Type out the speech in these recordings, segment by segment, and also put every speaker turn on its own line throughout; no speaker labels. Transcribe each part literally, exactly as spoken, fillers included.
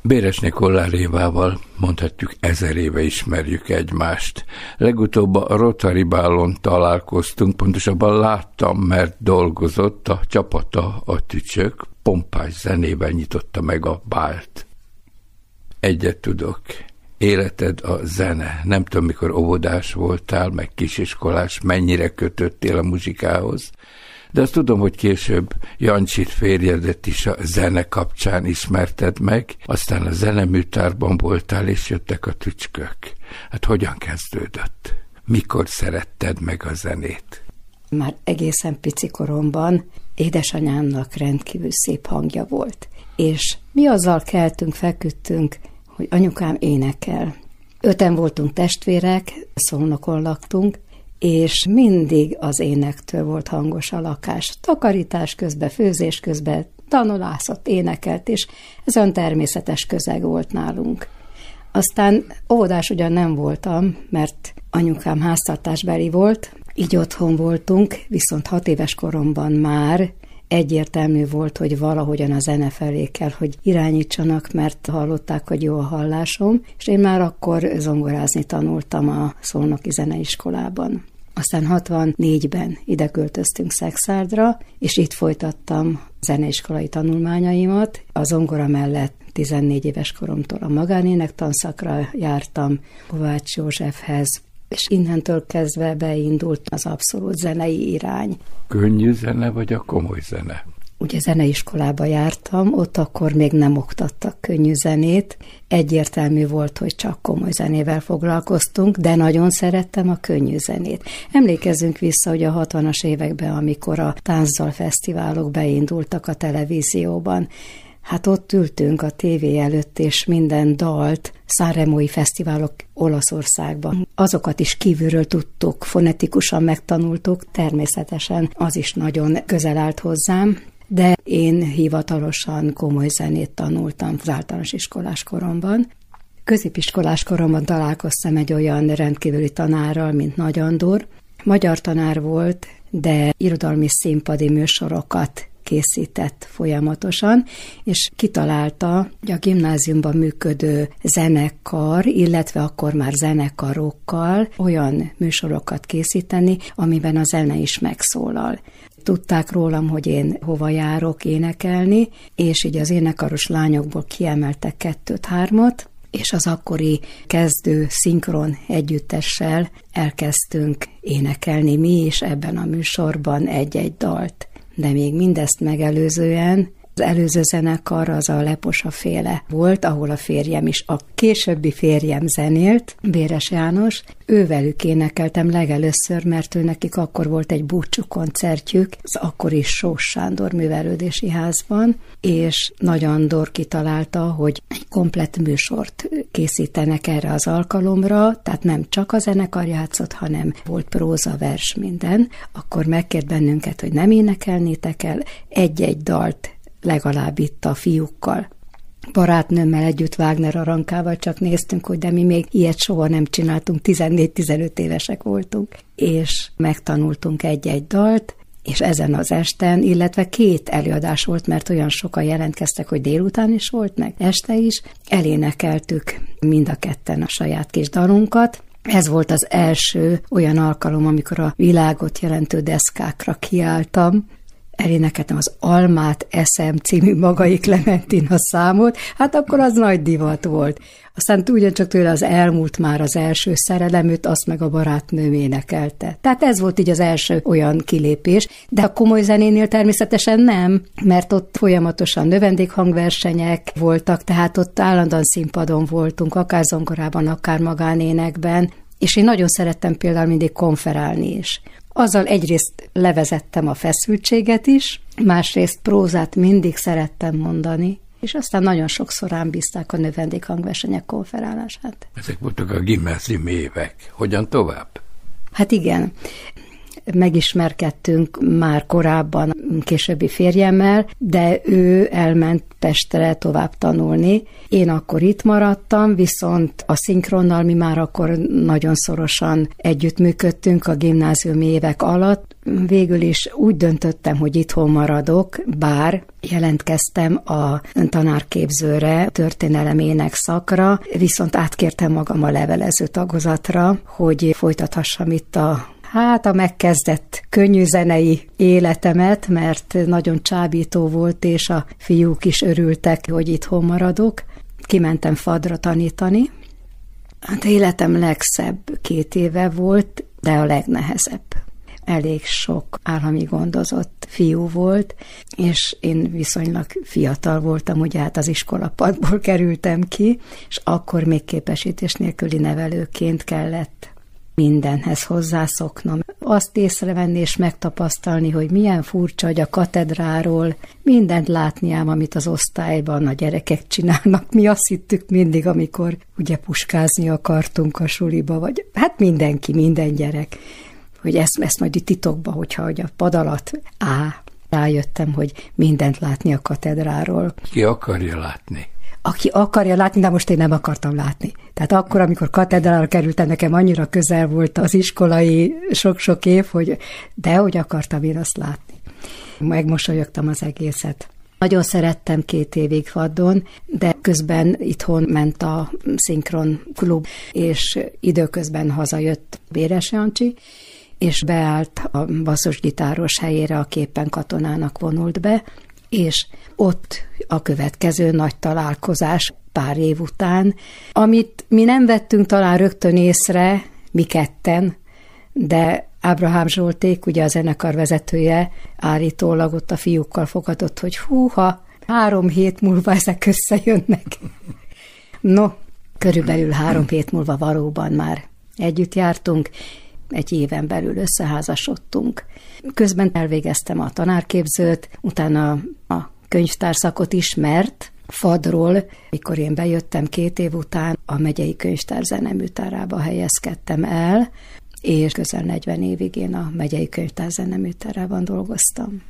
Béresné Kollár Évával mondhatjuk ezer éve ismerjük egymást. Legutóbb a Rotary Bálon találkoztunk, pontosabban láttam, mert dolgozott a csapata, a Tücsök, pompás zenével nyitotta meg a bált. Egyet tudok, életed a zene. Nem tudom, mikor óvodás voltál, meg kisiskolás, mennyire kötöttél a muzsikához, de azt tudom, hogy később Jancsit férjedet is a zene kapcsán ismerted meg, aztán a zeneműtárban voltál, és jöttek a tücskök. Hát hogyan kezdődött? Mikor szeretted meg a zenét?
Már egészen pici koromban édesanyámnak rendkívül szép hangja volt, és mi azzal keltünk, feküdtünk, hogy anyukám énekel. Öten voltunk testvérek, Szolnokon laktunk, és mindig az énektől volt hangos a lakás. Takarítás közben, főzés közben tanulászott, énekelt, és ez olyan természetes közeg volt nálunk. Aztán óvodás ugyan nem voltam, mert anyukám háztartásbeli volt, így otthon voltunk, viszont hat éves koromban már egyértelmű volt, hogy valahogyan a zene felé kell, hogy irányítsanak, mert hallották, hogy jó a hallásom, és én már akkor zongorázni tanultam a Szolnoki Zeneiskolában. Aztán hatvannégyben ide költöztünk Szexárdra, és itt folytattam zeneiskolai tanulmányaimat. A zongora mellett tizennégy éves koromtól a magánének tanszakra jártam Kovács Józsefhez, és innentől kezdve beindult az abszolút zenei irány.
Könnyű zene vagy a komoly zene?
Ugye zeneiskolába jártam, ott akkor még nem oktattak könnyű zenét. Egyértelmű volt, hogy csak komoly zenével foglalkoztunk, de nagyon szerettem a könnyű zenét. Emlékezzünk vissza, hogy a hatvanas években, amikor a tánczal fesztiválok beindultak a televízióban, hát ott ültünk a tévé előtt, és minden dalt, sanremói fesztiválok Olaszországban. Azokat is kívülről tudtuk, fonetikusan megtanultuk, természetesen az is nagyon közel állt hozzám, de én hivatalosan komoly zenét tanultam az általános iskolás koromban. Középiskolás koromban találkoztam egy olyan rendkívüli tanárral, mint Nagy Andor. Magyar tanár volt, de irodalmi színpadi műsorokat készített folyamatosan, és kitalálta, hogy a gimnáziumban működő zenekar, illetve akkor már zenekarokkal olyan műsorokat készíteni, amiben a zene is megszólal. Tudták rólam, hogy én hova járok énekelni, és így az énekaros lányokból kiemeltek kettőt-hármat, és az akkori kezdő szinkron együttessel elkezdtünk énekelni mi is ebben a műsorban egy-egy dalt. De még mindezt megelőzően az előző zenekar az a Leposa féle volt, ahol a férjem is, a későbbi férjem zenélt, Béres János. Ővelük énekeltem legelőször, mert ő nekik akkor volt egy búcsú koncertjük, az akkori Sós Sándor művelődési házban, és Nagy Andor kitalálta, hogy egy komplett műsort készítenek erre az alkalomra, tehát nem csak a zenekar játszott, hanem volt próza, vers, minden. Akkor megkért bennünket, hogy nem énekelnétek el egy-egy dalt, legalább itt a fiúkkal. Barátnőmmel együtt, Wagner Arankával csak néztünk, hogy de mi még ilyet soha nem csináltunk, tizennégy-tizenöt évesek voltunk, és megtanultunk egy-egy dalt, és ezen az esten, illetve két előadás volt, mert olyan sokan jelentkeztek, hogy délután is volt, meg este is, elénekeltük mind a ketten a saját kis dalunkat. Ez volt az első olyan alkalom, amikor a világot jelentő deszkákra kiálltam. Elénekeltem az Almát eszem című Magai Klementina számot, hát akkor az nagy divat volt. Aztán ugyancsak tőle az Elmúlt már az első szereleműt, azt meg a barátnőm énekelte. Tehát ez volt így az első olyan kilépés, de a komoly zenénél természetesen nem, mert ott folyamatosan növendékhangversenyek voltak, tehát ott állandóan színpadon voltunk, akár zongorában, akár magánénekben, és én nagyon szerettem például mindig konferálni is. Azzal egyrészt levezettem a feszültséget is, másrészt prózát mindig szerettem mondani, és aztán nagyon sokszor rám bízták a növendékhangversenyek konferálását.
Ezek voltak a gimnáziumi évek. Hogyan tovább?
Hát igen. megismerkedtünk már korábban későbbi férjemmel, de ő elment Pestre tovább tanulni. Én akkor itt maradtam, viszont a szinkronnal mi már akkor nagyon szorosan együttműködtünk a gimnáziumi évek alatt. Végül is úgy döntöttem, hogy itthon maradok, bár jelentkeztem a tanárképzőre, történelem ének szakra, viszont átkértem magam a levelező tagozatra, hogy folytathassam itt a Hát a megkezdett könnyűzenei életemet, mert nagyon csábító volt, és a fiúk is örültek, hogy itthon maradok. Kimentem fadra tanítani. Hát életem legszebb két éve volt, de a legnehezebb. Elég sok állami gondozott fiú volt, és én viszonylag fiatal voltam, ugye hát az iskolapadból kerültem ki, és akkor még képesítés nélküli nevelőként kellett mindenhez hozzászoknom. Azt észrevenni és megtapasztalni, hogy milyen furcsa, hogy a katedráról mindent látni ám, amit az osztályban a gyerekek csinálnak. Mi azt hittük mindig, amikor ugye puskázni akartunk a suliba, vagy hát mindenki, minden gyerek, hogy ezt, ezt majd itt titokba, hogyha hogy a pad alatt á, rájöttem, hogy mindent látni a katedráról.
Ki akarja látni?
Aki akarja látni, de most én nem akartam látni. Tehát akkor, amikor katedrára kerültem, nekem annyira közel volt az iskolai sok-sok év, hogy dehogy akartam én azt látni. Megmosolyogtam az egészet. Nagyon szerettem két évig Faddon, de közben itthon ment a szinkron klub, és időközben hazajött Béres Jancsi, és beállt a basszusgitáros helyére, a Képen katonának vonult be, és ott a következő nagy találkozás pár év után, amit mi nem vettünk talán rögtön észre, mi ketten, de Ábrahám Zsolték, ugye a zenekar vezetője, állítólag ott a fiúkkal fogadott, hogy húha, három hét múlva ezek összejönnek. No, körülbelül három hét múlva valóban már együtt jártunk, egy éven belül összeházasodtunk. Közben elvégeztem a tanárképzőt, utána a könyvtárszakot is, mert Fadról, mikor én bejöttem két év után, a megyei könyvtár zeneműtárába helyezkedtem el, és közel negyven évig én a megyei könyvtár zeneműtárában dolgoztam.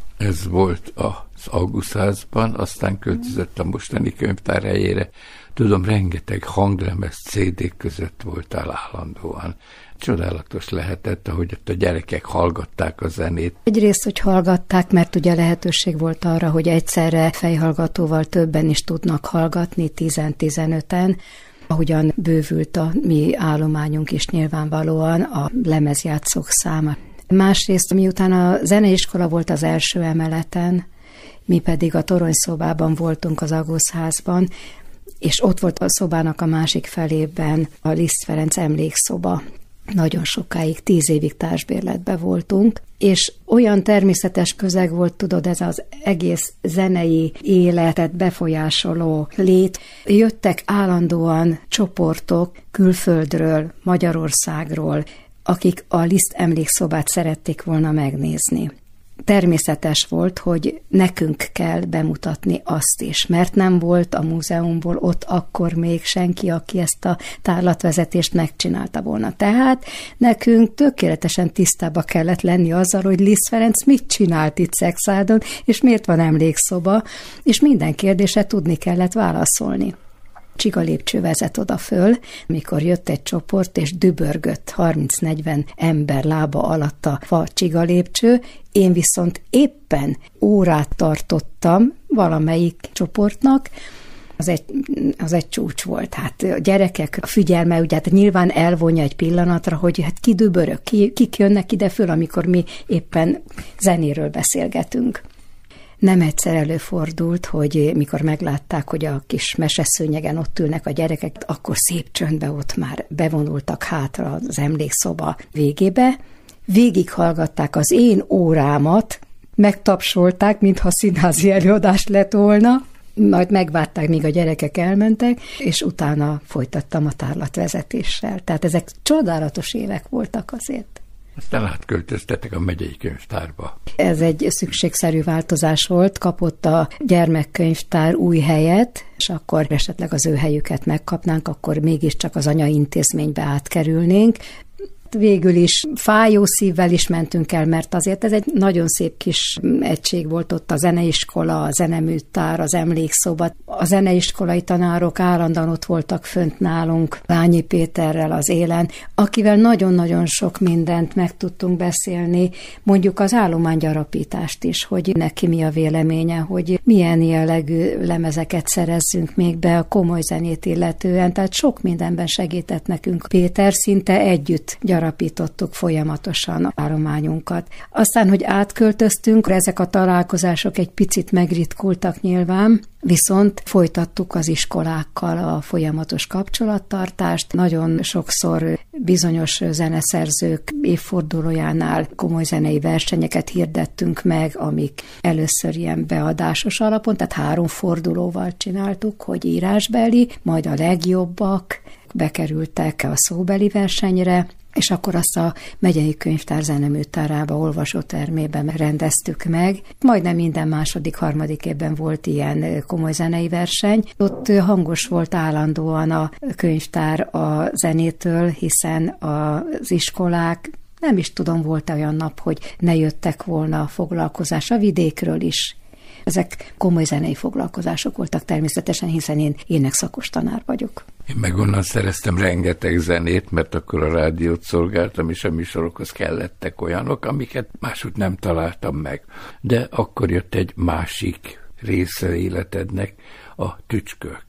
Ez volt az Augustházban, aztán költözött a mostani könyvtár helyére. Tudom, rengeteg hanglemez cé dé között voltál állandóan. Csodálatos lehetett, ahogy ott a gyerekek hallgatták a zenét.
Egyrészt, hogy hallgatták, mert ugye lehetőség volt arra, hogy egyszerre fejhallgatóval többen is tudnak hallgatni, tíz-tizenöten, ahogyan bővült a mi állományunk is nyilvánvalóan a lemezjátszók száma. Másrészt, miután a zeneiskola volt az első emeleten, mi pedig a toronyszobában voltunk az Augustházban, és ott volt a szobának a másik felében a Liszt Ferenc emlékszoba. Nagyon sokáig, tíz évig társbérletbe voltunk, és olyan természetes közeg volt, tudod, ez az egész zenei életet befolyásoló lét. Jöttek állandóan csoportok külföldről, Magyarországról, akik a Liszt emlékszobát szerették volna megnézni. Természetes volt, hogy nekünk kell bemutatni azt is, mert nem volt a múzeumból ott akkor még senki, aki ezt a tárlatvezetést megcsinálta volna. Tehát nekünk tökéletesen tisztába kellett lenni azzal, hogy Liszt Ferenc mit csinált itt Szekszádon, és miért van emlékszoba, és minden kérdésre tudni kellett válaszolni. Csiga lépcső vezet oda föl, amikor jött egy csoport, és dübörgött harminc-negyven ember lába alatt a fa csiga lépcső, én viszont éppen órát tartottam valamelyik csoportnak, az egy, az egy csúcs volt. Hát a gyerekek figyelme, ugye hát nyilván elvonja egy pillanatra, hogy hát ki dübörög, ki, kik jönnek ide föl, amikor mi éppen zenéről beszélgetünk. Nem egyszer előfordult, hogy mikor meglátták, hogy a kis meseszőnyegen ott ülnek a gyerekek, akkor szép csöndbe ott már bevonultak hátra az emlékszoba végébe, végighallgatták az én órámat, megtapsolták, mintha színházi előadás lett volna, majd megvárták, míg a gyerekek elmentek, és utána folytattam a tárlatvezetéssel. Tehát ezek csodálatos évek voltak azért.
Aztán átköltöztetek a megyei könyvtárba.
Ez egy szükségszerű változás volt, kapott a gyermekkönyvtár új helyet, és akkor esetleg az ő helyüket megkapnánk, akkor mégiscsak az anyaintézménybe átkerülnénk. Végül is fájó szívvel is mentünk el, mert azért ez egy nagyon szép kis egység volt ott, a zeneiskola, a zeneműtár, az emlékszoba. A zeneiskolai tanárok állandóan ott voltak fönt nálunk, Ványi Péterrel az élen, akivel nagyon-nagyon sok mindent meg tudtunk beszélni, mondjuk az állománygyarapítást is, hogy neki mi a véleménye, hogy milyen jellegű lemezeket szerezzünk még be a komoly zenét illetően, tehát sok mindenben segített nekünk. Péter, szinte együtt gyarapítottuk folyamatosan a állományunkat. Aztán, hogy átköltöztünk, ezek a találkozások egy picit megritkultak nyilván, viszont folytattuk az iskolákkal a folyamatos kapcsolattartást. Nagyon sokszor bizonyos zeneszerzők évfordulójánál komoly zenei versenyeket hirdettünk meg, amik először ilyen beadásos alapon, tehát három fordulóval csináltuk, hogy írásbeli, majd a legjobbak bekerültek a szóbeli versenyre, és akkor azt a megyei könyvtár zeneműtárába, olvasótermében rendeztük meg. Majdnem minden második, harmadik évben volt ilyen komoly zenei verseny. Ott hangos volt állandóan a könyvtár a zenétől, hiszen az iskolák, nem is tudom, volt olyan nap, hogy ne jöttek volna a foglalkozás a vidékről is. Ezek komoly zenei foglalkozások voltak természetesen, hiszen én énekszakos tanár vagyok.
Én meg onnan szereztem rengeteg zenét, mert akkor a rádiót szolgáltam, és a műsorokhoz kellettek olyanok, amiket máshogy nem találtam meg. De akkor jött egy másik része életednek, a tücskök.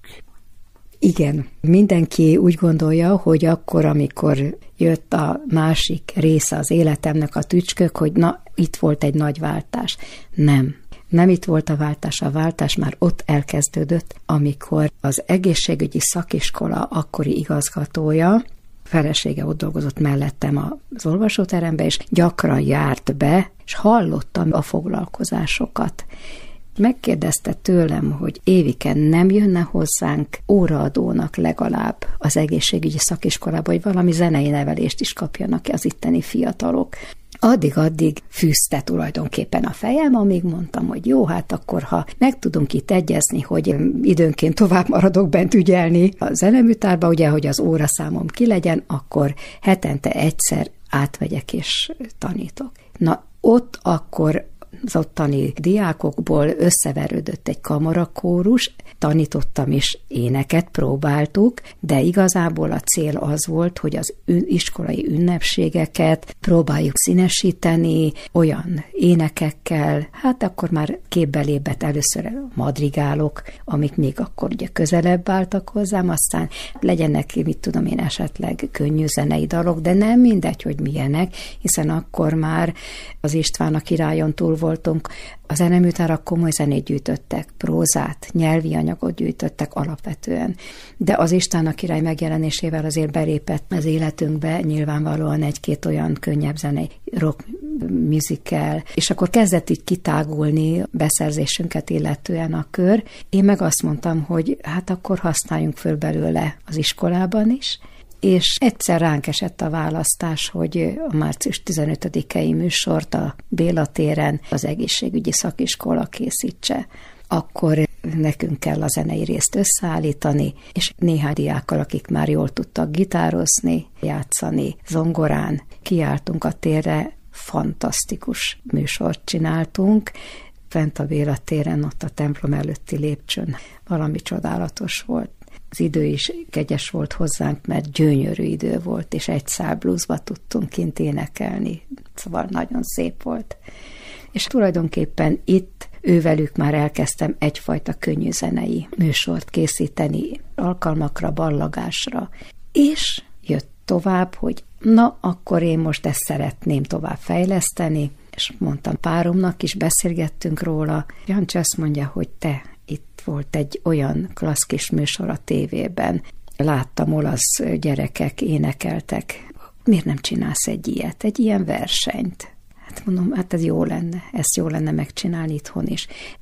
Igen, mindenki úgy gondolja, hogy akkor, amikor jött a másik része az életemnek, a tücskök, hogy na, itt volt egy nagy váltás. Nem. Nem itt volt a váltás, a váltás már ott elkezdődött, amikor az egészségügyi szakiskola akkori igazgatója, felesége ott dolgozott mellettem az olvasóterembe, és gyakran járt be, és hallottam a foglalkozásokat. Megkérdezte tőlem, hogy Évike, nem jönne hozzánk óraadónak legalább az egészségügyi szakiskolába, hogy valami zenei nevelést is kapjanak az itteni fiatalok. Addig-addig fűzte tulajdonképpen a fejem, amíg mondtam, hogy jó, hát akkor, ha meg tudunk itt egyezni, hogy időnként tovább maradok bent ügyelni a zeneműtárba, ugye, hogy az óraszámom ki legyen, akkor hetente egyszer átvegyek és tanítok. Na, ott akkor az ottani diákokból összeverődött egy kamarakórus, tanítottam is éneket, próbáltuk, de igazából a cél az volt, hogy az iskolai ünnepségeket próbáljuk színesíteni olyan énekekkel, hát akkor már képbe lépett először a madrigálok, amik még akkor ugye közelebb álltak hozzám, aztán legyenek, mit tudom én, esetleg könnyű zenei dalok, de nem mindegy, hogy milyenek, hiszen akkor már az István a királyon túl voltunk, a zeneműtárak komoly zenét gyűjtöttek, prózát, nyelvi anyagot gyűjtöttek alapvetően. De az István a király megjelenésével azért belépett az életünkbe nyilvánvalóan egy-két olyan könnyebb zenei rock musical, és akkor kezdett így kitágulni beszerzésünket illetően a kör. Én meg azt mondtam, hogy hát akkor használjunk föl belőle az iskolában is, és egyszer ránk esett a választás, hogy a március tizenötödikei műsort a Béla téren az egészségügyi szakiskola készítse. Akkor nekünk kell a zenei részt összeállítani, és néhány diákkal, akik már jól tudtak gitározni, játszani, zongorán, kiálltunk a térre, fantasztikus műsort csináltunk, fent a Béla téren, ott a templom előtti lépcsőn. Valami csodálatos volt. Az idő is kegyes volt hozzánk, mert gyönyörű idő volt, és egy szál bluesba tudtunk kint énekelni. Szóval nagyon szép volt. És tulajdonképpen itt ővelük már elkezdtem egyfajta könnyű zenei műsort készíteni, alkalmakra, ballagásra. És jött tovább, hogy na, akkor én most ezt szeretném tovább fejleszteni, és mondtam páromnak is, beszélgettünk róla. Jancsi azt mondja, hogy te, itt volt egy olyan klassz kis műsor a tévében. Láttam, olasz gyerekek énekeltek. Miért nem csinálsz egy ilyet, egy ilyen versenyt? Hát mondom, hát ez jó lenne, ezt jó lenne megcsinálni itthon is.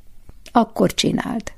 Akkor csináld.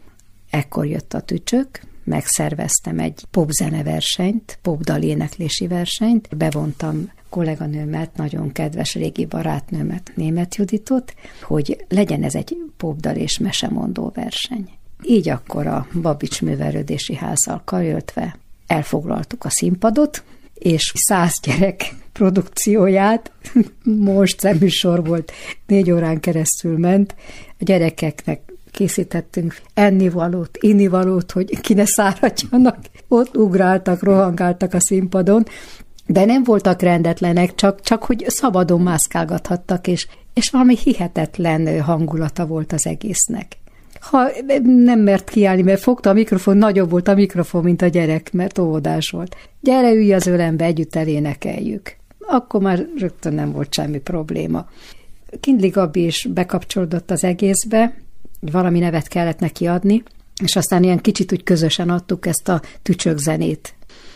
Ekkor jött a tücsök, megszerveztem egy popzene versenyt, popdal éneklési versenyt, bevontam kolléganőmet, nagyon kedves régi barátnőmet, Németh Juditot, hogy legyen ez egy popdal és mesemondó verseny. Így akkor a Babics művelődési házzal karöltve elfoglaltuk a színpadot, és száz gyerek produkcióját, most szemműsor volt, négy órán keresztül ment, a gyerekeknek készítettünk ennivalót, innivalót, hogy ki ne száradjanak. Ott ugráltak, rohangáltak a színpadon, de nem voltak rendetlenek, csak, csak hogy szabadon mászkálgathattak, és, és valami hihetetlen hangulata volt az egésznek. Ha nem mert kiállni, mert fogta a mikrofon, nagyobb volt a mikrofon, mint a gyerek, mert óvodás volt. Gyere, ülj az ölembe, együtt elénekeljük. Akkor már rögtön nem volt semmi probléma. Kindli Gabi is bekapcsolódott az egészbe, valami nevet kellett neki adni, és aztán ilyen kicsit úgy közösen adtuk ezt a tücsökzenét.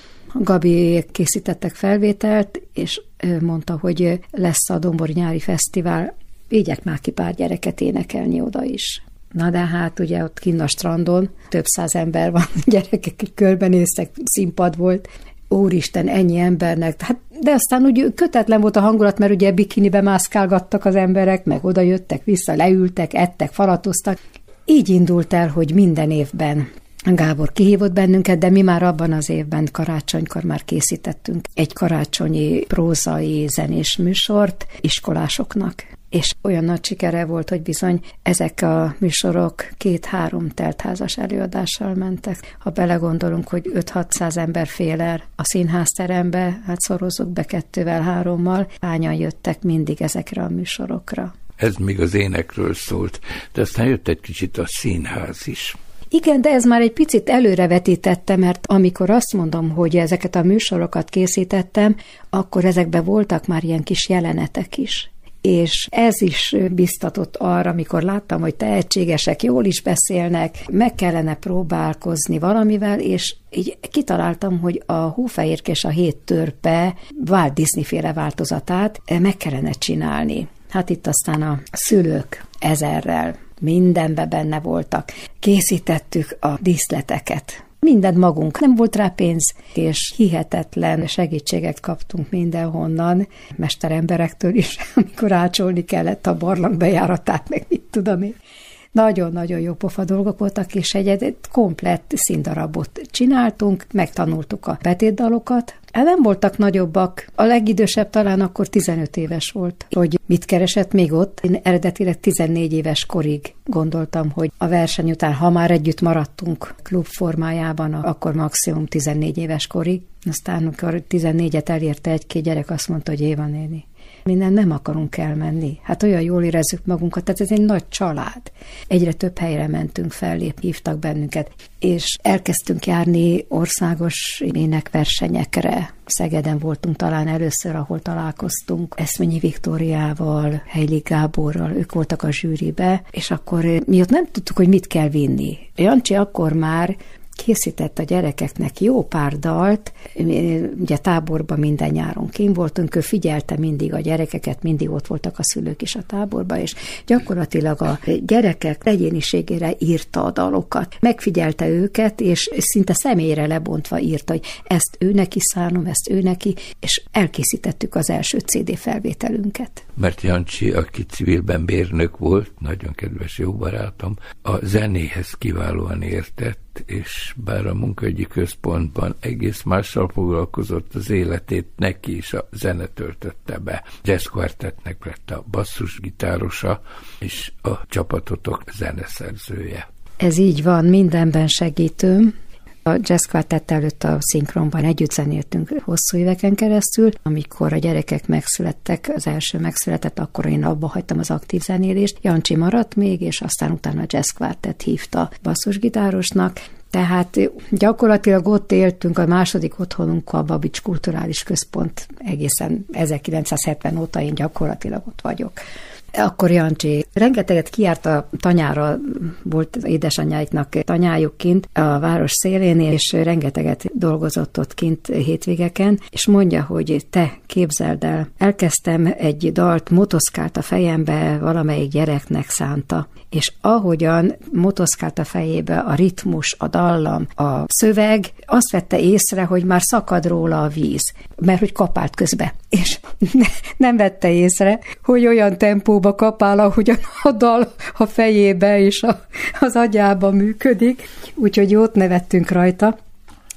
Gabi készítettek felvételt, és mondta, hogy lesz a Dombori Nyári Fesztivál, vigyek már ki pár gyereket énekelni oda is. Na de hát ugye ott kinn a strandon több száz ember van, gyerekek körbenéztek, színpad volt, úristen, ennyi embernek. Hát, de aztán úgy kötetlen volt a hangulat, mert ugye bikinibe mászkálgattak az emberek, meg oda jöttek vissza, leültek, ettek, falatoztak. Így indult el, hogy minden évben Gábor kihívott bennünket, de mi már abban az évben karácsonykor már készítettünk egy karácsonyi prózai zenés műsort iskolásoknak. És olyan nagy sikere volt, hogy bizony ezek a műsorok két-három teltházas előadással mentek. Ha belegondolunk, hogy öt-hatszáz ember fél el a színházterembe, hát szorozzuk be kettővel, hárommal, hányan jöttek mindig ezekre a műsorokra.
Ez még az énekről szólt, de aztán jött egy kicsit a színház is.
Igen, de ez már egy picit előrevetítette, mert amikor azt mondom, hogy ezeket a műsorokat készítettem, akkor ezekben voltak már ilyen kis jelenetek is. És ez is biztatott arra, amikor láttam, hogy tehetségesek, jól is beszélnek, meg kellene próbálkozni valamivel, és így kitaláltam, hogy a Hófehérke és a hét törpe Walt Disney-féle változatát meg kellene csinálni. Hát itt aztán a szülők ezerrel mindenbe benne voltak. Készítettük a díszleteket. Mindent magunk, nem volt rá pénz, és hihetetlen segítséget kaptunk mindenhonnan, mesteremberektől is, amikor ácsolni kellett a barlang bejáratát, meg mit tudom én. Nagyon-nagyon jó pofa dolgok voltak, és egy, egy komplett színdarabot csináltunk, megtanultuk a betétdalokat. Nem voltak nagyobbak, a legidősebb talán akkor tizenöt éves volt, hogy mit keresett még ott. Én eredetileg tizennégy éves korig gondoltam, hogy a verseny után, ha már együtt maradtunk klub formájában, akkor maximum tizennégy éves korig. Aztán, amikor tizennégyet elérte egy-két gyerek, azt mondta, hogy Éva néni, minden nem akarunk elmenni. Hát olyan jól érezzük magunkat, tehát ez egy nagy család. Egyre több helyre mentünk fellép, hívtak bennünket, és elkezdtünk járni országos énekversenyekre. Szegeden voltunk talán először, ahol találkoztunk Eszményi Viktóriával, Heili Gáborral, ők voltak a zsűribe, és akkor mi ott nem tudtuk, hogy mit kell vinni. Jancsi akkor már készített a gyerekeknek jó pár dalt, ugye táborban minden nyáron kint voltunk, ő figyelte mindig a gyerekeket, mindig ott voltak a szülők is a táborban, és gyakorlatilag a gyerekek egyéniségére írta a dalokat. Megfigyelte őket, és szinte személyre lebontva írta, hogy ezt ő neki szánom, ezt ő neki, és elkészítettük az első cé dé felvételünket.
Mert Jancsi, aki civilben mérnök volt, nagyon kedves jó barátom, a zenéhez kiválóan értett, és bár a munkaügyi központban egész mással foglalkozott, az életét neki is a zene töltötte be. Jazz Quartetnek lett a basszusgitárosa, és a csapatotok zeneszerzője.
Ez így van, mindenben segítőm. A Jazz Quartett előtt a szinkronban együtt zenéltünk hosszú éveken keresztül. Amikor a gyerekek megszülettek, az első megszületett, akkor én abba hagytam az aktív zenélést. Jancsi maradt még, és aztán utána a Jazz Quartett hívta basszusgitárosnak. Tehát gyakorlatilag ott éltünk, a második otthonunk a Babics Kulturális Központ, egészen ezerkilencszázhetven óta én gyakorlatilag ott vagyok. Akkor Jancsi rengeteget kijárt a tanyára, volt édesanyáiknak tanyájuk kint a város szélén, és rengeteget dolgozott ott kint hétvégeken, és mondja, hogy te képzeld el, elkezdtem egy dalt, motoszkált a fejembe, valamelyik gyereknek szánta, és ahogyan motoszkált a fejébe a ritmus, a dallam, a szöveg, azt vette észre, hogy már szakad róla a víz, mert hogy kapált közbe, és nem vette észre, hogy olyan tempóba kapál, ahogyan a dal a fejébe és a, az agyába működik, úgyhogy jót nevettünk rajta.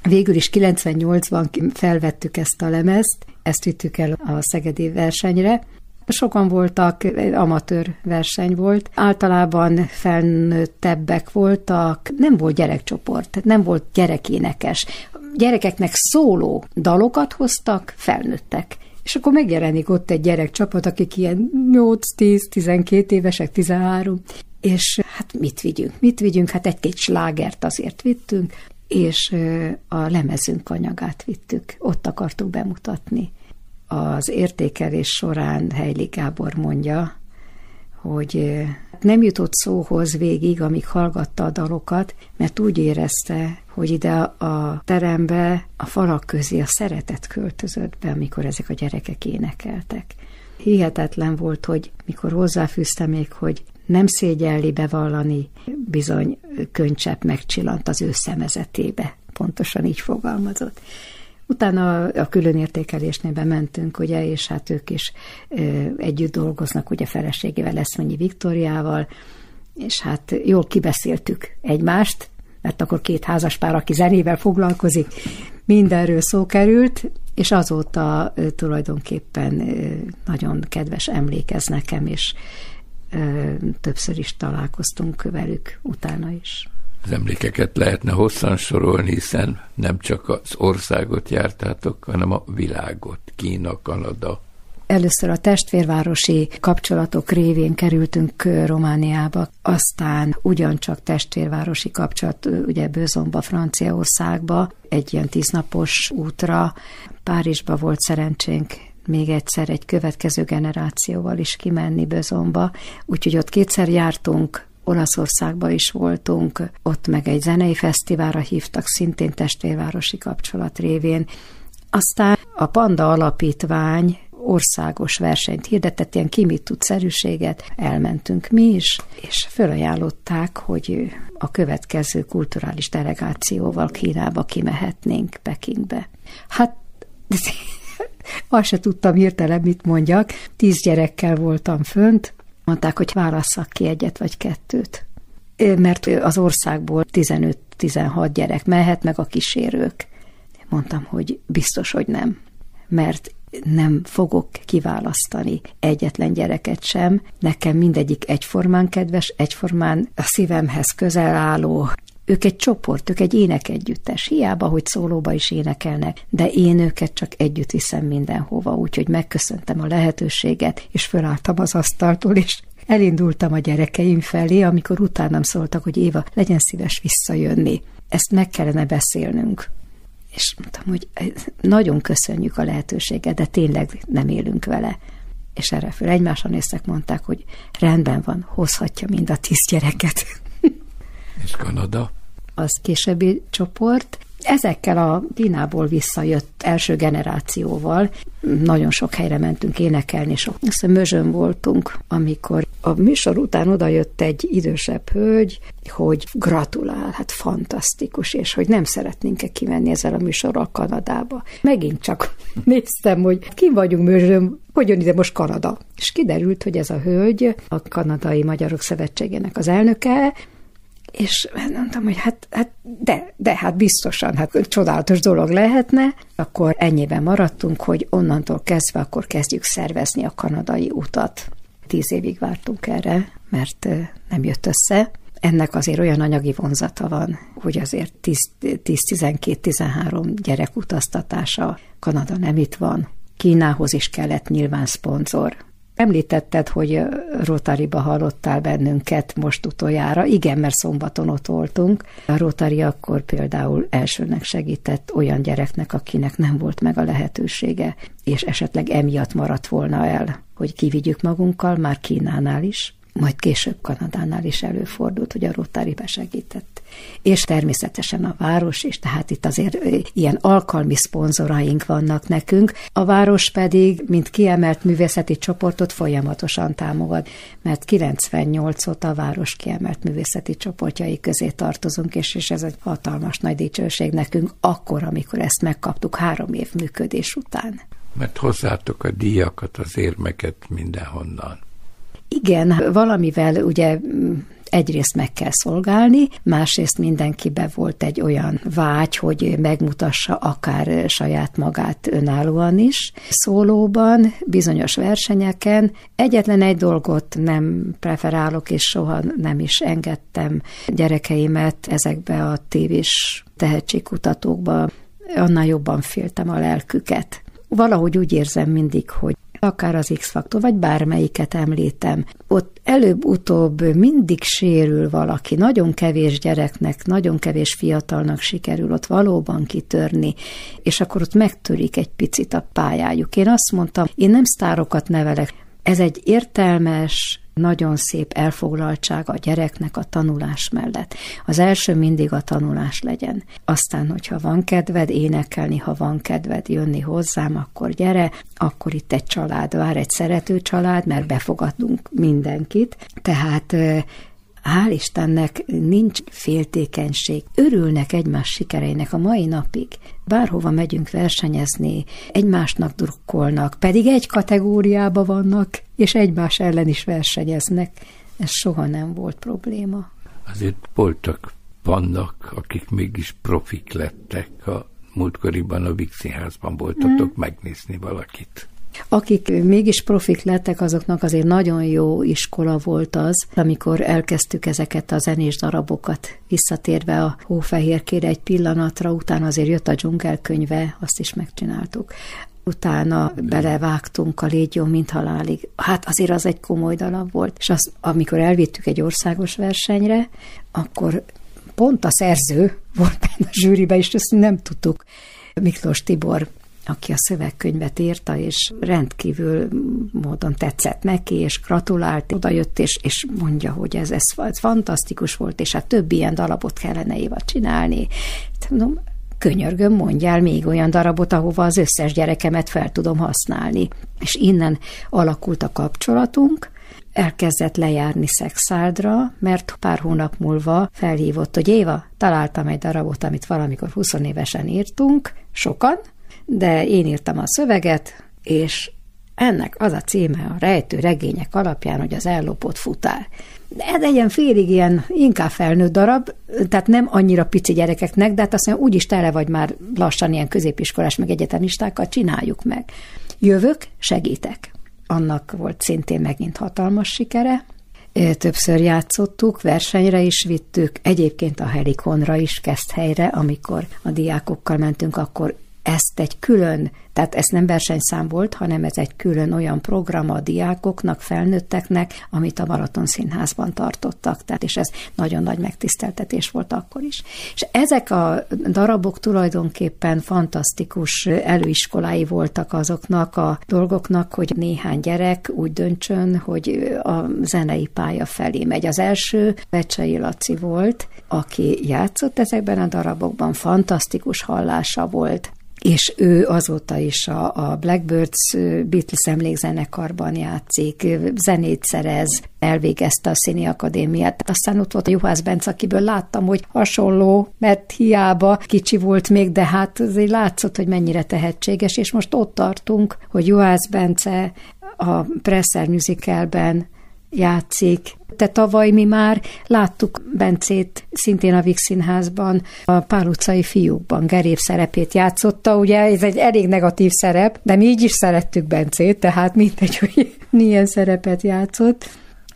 Végül is kilencvennyolcban felvettük ezt a lemezt, ezt vittük el a szegedi versenyre. Sokan voltak, amatőr verseny volt, általában felnőttebbek voltak, nem volt gyerekcsoport, nem volt gyerekénekes. Gyerekeknek szóló dalokat hoztak, felnőttek. És akkor megjelenik ott egy gyerekcsapat, akik ilyen nyolc, tíz, tizenkét évesek, tizenhárom, és hát mit vigyünk? Mit vigyünk? Hát egy-két slágert azért vittünk, és a lemezünk anyagát vittük. Ott akartuk bemutatni. Az értékelés során Heili Gábor mondja, hogy nem jutott szóhoz végig, amíg hallgatta a dalokat, mert úgy érezte, hogy ide a terembe, a falak közé a szeretet költözött be, amikor ezek a gyerekek énekeltek. Hihetetlen volt, hogy mikor hozzáfűzte még, hogy nem szégyelli bevallani, bizony könycsepp megcsillant az ő szemezetébe. Pontosan így fogalmazott. Utána a különértékelésnél bementünk, ugye, és hát ők is ö, együtt dolgoznak, ugye feleségével, Leszményi Viktóriával, és hát jól kibeszéltük egymást, mert akkor két házaspár, aki zenével foglalkozik, mindenről szó került, és azóta ö, tulajdonképpen ö, nagyon kedves emlékez nekem, és ö, többször is találkoztunk velük utána is.
Az emlékeket lehetne hosszan sorolni, hiszen nem csak az országot jártátok, hanem a világot, Kína, Kanada.
Először a testvérvárosi kapcsolatok révén kerültünk Romániába, aztán ugyancsak testvérvárosi kapcsolat, ugye Besançonba, Franciaországba, egy ilyen tíznapos útra. Párizsba volt szerencsénk még egyszer egy következő generációval is kimenni Besançonba, úgyhogy ott kétszer jártunk. Olaszországban is voltunk, ott meg egy zenei fesztiválra hívtak, szintén testvérvárosi kapcsolat révén. Aztán a Panda Alapítvány országos versenyt hirdetett, ilyen ki mit tud szerűséget, elmentünk mi is, és fölajánlották, hogy a következő kulturális delegációval Kínába kimehetnénk, Pekingbe. Hát azt se tudtam hirtelen, mit mondjak, tíz gyerekkel voltam fönt, mondták, hogy válasszak ki egyet vagy kettőt. Mert az országból tizenöt-tizenhat gyerek mehet, meg a kísérők. Mondtam, hogy biztos, hogy nem. Mert nem fogok kiválasztani egyetlen gyereket sem. Nekem mindegyik egyformán kedves, egyformán a szívemhez közel álló. Ők egy csoport, ők egy énekegyüttes. Hiába, hogy szólóba is énekelnek, de én őket csak együtt viszem mindenhova, úgyhogy megköszöntem a lehetőséget, és fölálltam az asztaltól, és elindultam a gyerekeim felé, amikor utánam szóltak, hogy Éva, legyen szíves visszajönni. Ezt meg kellene beszélnünk. És mondtam, hogy nagyon köszönjük a lehetőséget, de tényleg nem élünk vele. És erre föl egymásra néztek, mondták, hogy rendben van, hozhatja mind a tíz gyereket.
És Kanada? Az
későbbi csoport. Ezekkel a Kínából visszajött első generációval nagyon sok helyre mentünk énekelni, és azt Mözsön voltunk, amikor a műsor után odajött egy idősebb hölgy, hogy gratulál, hát fantasztikus, és hogy nem szeretnénk-e kimenni ezzel a műsorral Kanadába. Megint csak néztem, hogy kim vagyunk Mözsön, hogy jön ide most Kanada. És kiderült, hogy ez a hölgy a Kanadai Magyarok Szövetségének az elnöke, és mondtam, hogy hát, hát de, de hát biztosan, hát csodálatos dolog lehetne. Akkor ennyiben maradtunk, hogy onnantól kezdve akkor kezdjük szervezni a kanadai utat. Tíz évig vártunk erre, mert nem jött össze. Ennek azért olyan anyagi vonzata van, hogy azért tíz-tizenkét-tizenhárom gyerek utaztatása, Kanada nem itt van. Kínához is kellett nyilván szponzor. Említetted, hogy Rotaryba hallottál bennünket most utoljára. Igen, mert szombaton ott voltunk. A Rotary akkor például elsőnek segített olyan gyereknek, akinek nem volt meg a lehetősége, és esetleg emiatt maradt volna el, hogy kivigyük magunkkal, már Kínánál is, majd később Kanadánál is előfordult, hogy a Rotary besegített. És természetesen a város is, tehát itt azért ilyen alkalmi szponzoraink vannak nekünk. A város pedig, mint kiemelt művészeti csoportot folyamatosan támogat, mert kilencvennyolc óta a város kiemelt művészeti csoportjai közé tartozunk, és, és ez egy hatalmas nagy dicsőség nekünk akkor, amikor ezt megkaptuk három év működés után.
Mert hozzátok a díjakat, az érmeket mindenhonnan.
Igen, valamivel ugye egyrészt meg kell szolgálni, másrészt mindenkiben volt egy olyan vágy, hogy megmutassa akár saját magát önállóan is. Szólóban, bizonyos versenyeken egyetlen egy dolgot nem preferálok, és soha nem is engedtem gyerekeimet ezekbe a tévés tehetségkutatókba, annál jobban féltem a lelküket. Valahogy úgy érzem mindig, hogy akár az X-faktor, vagy bármelyiket említem, ott előbb-utóbb mindig sérül valaki, nagyon kevés gyereknek, nagyon kevés fiatalnak sikerül ott valóban kitörni, és akkor ott megtörik egy picit a pályájuk. Én azt mondtam, én nem sztárokat nevelek, ez egy értelmes, nagyon szép elfoglaltság a gyereknek a tanulás mellett. Az első mindig a tanulás legyen. Aztán, hogyha van kedved énekelni, ha van kedved jönni hozzám, akkor gyere, akkor itt egy család vár, egy szerető család, mert befogadunk mindenkit. Tehát hál' Istennek nincs féltékenység. Örülnek egymás sikereinek a mai napig. Bárhova megyünk versenyezni, egymásnak drukkolnak, pedig egy kategóriába vannak, és egymás ellen is versenyeznek. Ez soha nem volt probléma.
Azért voltak, vannak, akik mégis profik lettek. A múltkoriban a Víg Színházban voltatok hmm. megnézni valakit.
Akik mégis profik lettek, azoknak azért nagyon jó iskola volt az, amikor elkezdtük ezeket a zenés darabokat, visszatérve a Hófehérkére egy pillanatra, utána azért jött a Dzsungelkönyve, azt is megcsináltuk. Utána belevágtunk a Légy jó, mint halálig. Hát azért az egy komoly darab volt. És az, amikor elvittük egy országos versenyre, akkor pont a szerző volt benne a zsűribe, és ezt nem tudtuk. Miklós Tibor, aki a szövegkönyvet írta, és rendkívül módon tetszett neki, és gratulált, odajött, és, és mondja, hogy ez, ez, ez fantasztikus volt, és hát több ilyen darabot kellene évad csinálni. Mondom, könyörgöm, mondjál még olyan darabot, ahova az összes gyerekemet fel tudom használni. És innen alakult a kapcsolatunk, elkezdett lejárni Szekszádra, mert pár hónap múlva felhívott, hogy Éva, találtam egy darabot, amit valamikor húsz évesen írtunk, sokan, de én írtam a szöveget, és ennek az a címe a rejtő regények alapján, hogy az ellopott futár. De ez egy ilyen félig ilyen inkább felnőtt darab, tehát nem annyira pici gyerekeknek, de hát azt mondja, úgyis tele vagy már lassan ilyen középiskolás, meg egyetemistákkal, csináljuk meg. Jövök, segítek. Annak volt szintén megint hatalmas sikere. Többször játszottuk, versenyre is vittük, egyébként a Helikonra is, Keszthelyre, amikor a diákokkal mentünk, akkor ezt egy külön, tehát ez nem versenyszám volt, hanem ez egy külön olyan program a diákoknak, felnőtteknek, amit a Balaton Színházban tartottak, tehát és ez nagyon nagy megtiszteltetés volt akkor is. És ezek a darabok tulajdonképpen fantasztikus előiskolái voltak azoknak a dolgoknak, hogy néhány gyerek úgy döntsön, hogy a zenei pálya felé megy. Az első Vecsei Laci volt, aki játszott ezekben a darabokban, fantasztikus hallása volt, és ő azóta is a, a Blackbirds Beatles emlékzenekarban játszik, zenét szerez, elvégezte a Színi Akadémiát. Aztán ott volt a Juhász Bence, akiből láttam, hogy hasonló, mert hiába kicsi volt még, de hát azért látszott, hogy mennyire tehetséges, és most ott tartunk, hogy Juhász Bence a Presser musicalben játszik. De tavaly mi már láttuk Bencét szintén a Víg Színházban, a Pál utcai fiúkban Gerév szerepét játszotta, ugye ez egy elég negatív szerep, de mi így is szerettük Bencét, tehát mindegy, hogy milyen szerepet játszott,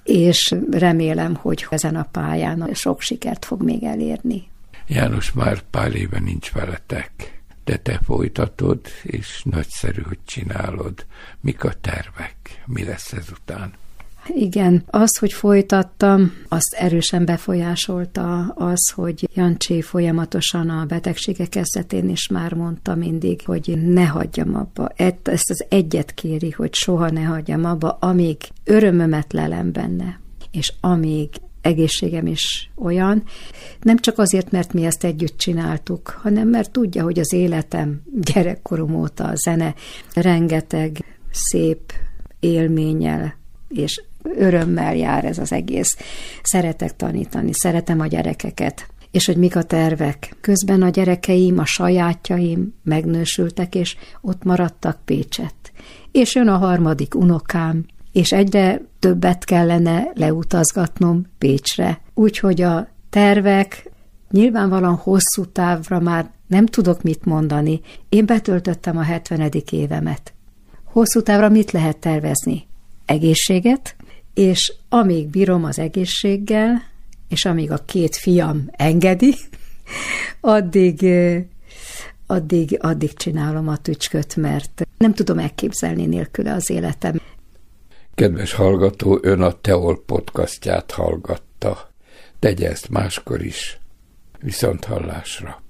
és remélem, hogy ezen a pályán sok sikert fog még elérni.
János már pár éve nincs veletek, de te folytatod, és nagyszerű, hogy csinálod. Mik a tervek? Mi lesz ezután?
Igen, az, hogy folytattam, azt erősen befolyásolta az, hogy Jancsi folyamatosan a betegsége kezdetén is már mondta mindig, hogy ne hagyjam abba. Ezt az egyet kéri, hogy soha ne hagyjam abba, amíg örömömet lelem benne, és amíg egészségem is olyan, nem csak azért, mert mi ezt együtt csináltuk, hanem mert tudja, hogy az életem gyerekkorom óta a zene rengeteg szép élménnyel és örömmel jár ez az egész. Szeretek tanítani, szeretem a gyerekeket, és hogy mik a tervek. Közben a gyerekeim, a sajátjaim megnősültek, és ott maradtak Pécsett. És jön a harmadik unokám, és egyre többet kellene leutazgatnom Pécsre. Úgyhogy a tervek nyilvánvalóan hosszú távra már nem tudok mit mondani. Én betöltöttem a hetvenedik évemet. Hosszú távra mit lehet tervezni? Egészséget, és amíg bírom az egészséggel, és amíg a két fiam engedi, addig, addig, addig csinálom a tücsköt, mert nem tudom elképzelni nélküle az életem.
Kedves hallgató, ön a Teol podcastját hallgatta. Tegye ezt máskor is. Viszonthallásra.